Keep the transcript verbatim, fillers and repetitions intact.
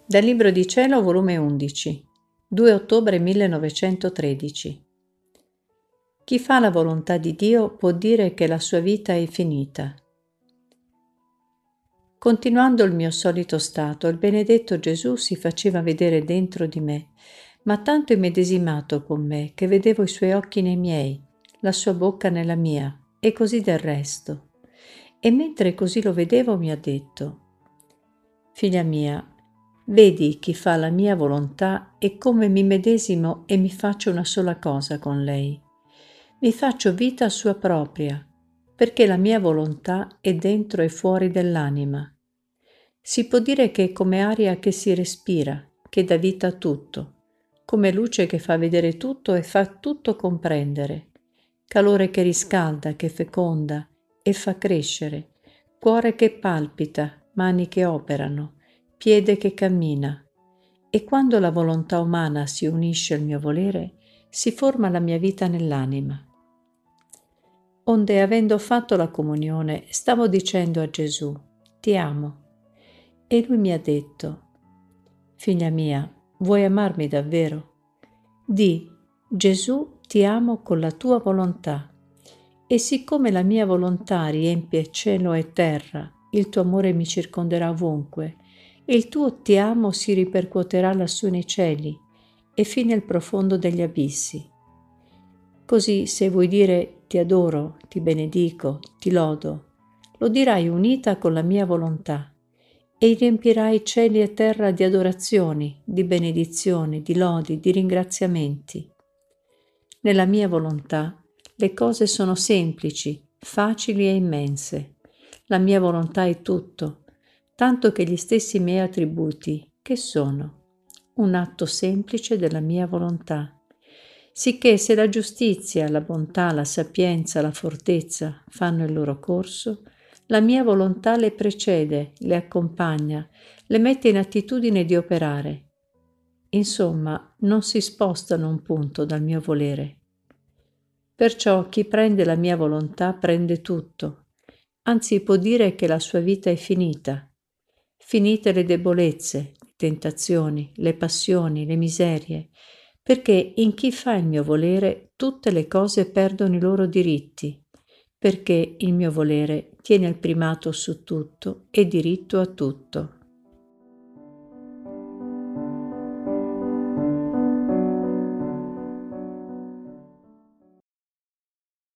Dal Libro di Cielo, volume undici, due ottobre millenovecentotredici. Chi fa la volontà di Dio può dire che la sua vita è finita. Continuando il mio solito stato, il benedetto Gesù si faceva vedere dentro di me, ma tanto immedesimato con me che vedevo i suoi occhi nei miei, la sua bocca nella mia, e così del resto. E mentre così lo vedevo mi ha detto: «Figlia mia, vedi chi fa la mia volontà e come mi medesimo e mi faccio una sola cosa con lei. Mi faccio vita sua propria, perché la mia volontà è dentro e fuori dell'anima. Si può dire che è come aria che si respira, che dà vita a tutto, come luce che fa vedere tutto e fa tutto comprendere, calore che riscalda, che feconda e fa crescere, cuore che palpita, mani che operano, piede che cammina. E quando la volontà umana si unisce al mio volere, si forma la mia vita nell'anima. Onde, avendo fatto la comunione, stavo dicendo a Gesù: «Ti amo». E lui mi ha detto: «Figlia mia, vuoi amarmi davvero? Di: Gesù, ti amo con la tua volontà. E siccome la mia volontà riempie cielo e terra, il tuo amore mi circonderà ovunque, e il tuo ti amo si ripercuoterà lassù nei cieli e fino al profondo degli abissi. Così, se vuoi dire ti adoro, ti benedico, ti lodo, lo dirai unita con la mia volontà, e riempirai cieli e terra di adorazioni, di benedizioni, di lodi, di ringraziamenti. Nella mia volontà le cose sono semplici, facili e immense. La mia volontà è tutto, tanto che gli stessi miei attributi, che sono? Un atto semplice della mia volontà. Sicché se la giustizia, la bontà, la sapienza, la fortezza fanno il loro corso, la mia volontà le precede, le accompagna, le mette in attitudine di operare. Insomma, non si spostano un punto dal mio volere. Perciò chi prende la mia volontà prende tutto, anzi può dire che la sua vita è finita. Finite le debolezze, le tentazioni, le passioni, le miserie, perché in chi fa il mio volere tutte le cose perdono i loro diritti, perché il mio volere tiene il primato su tutto e diritto a tutto.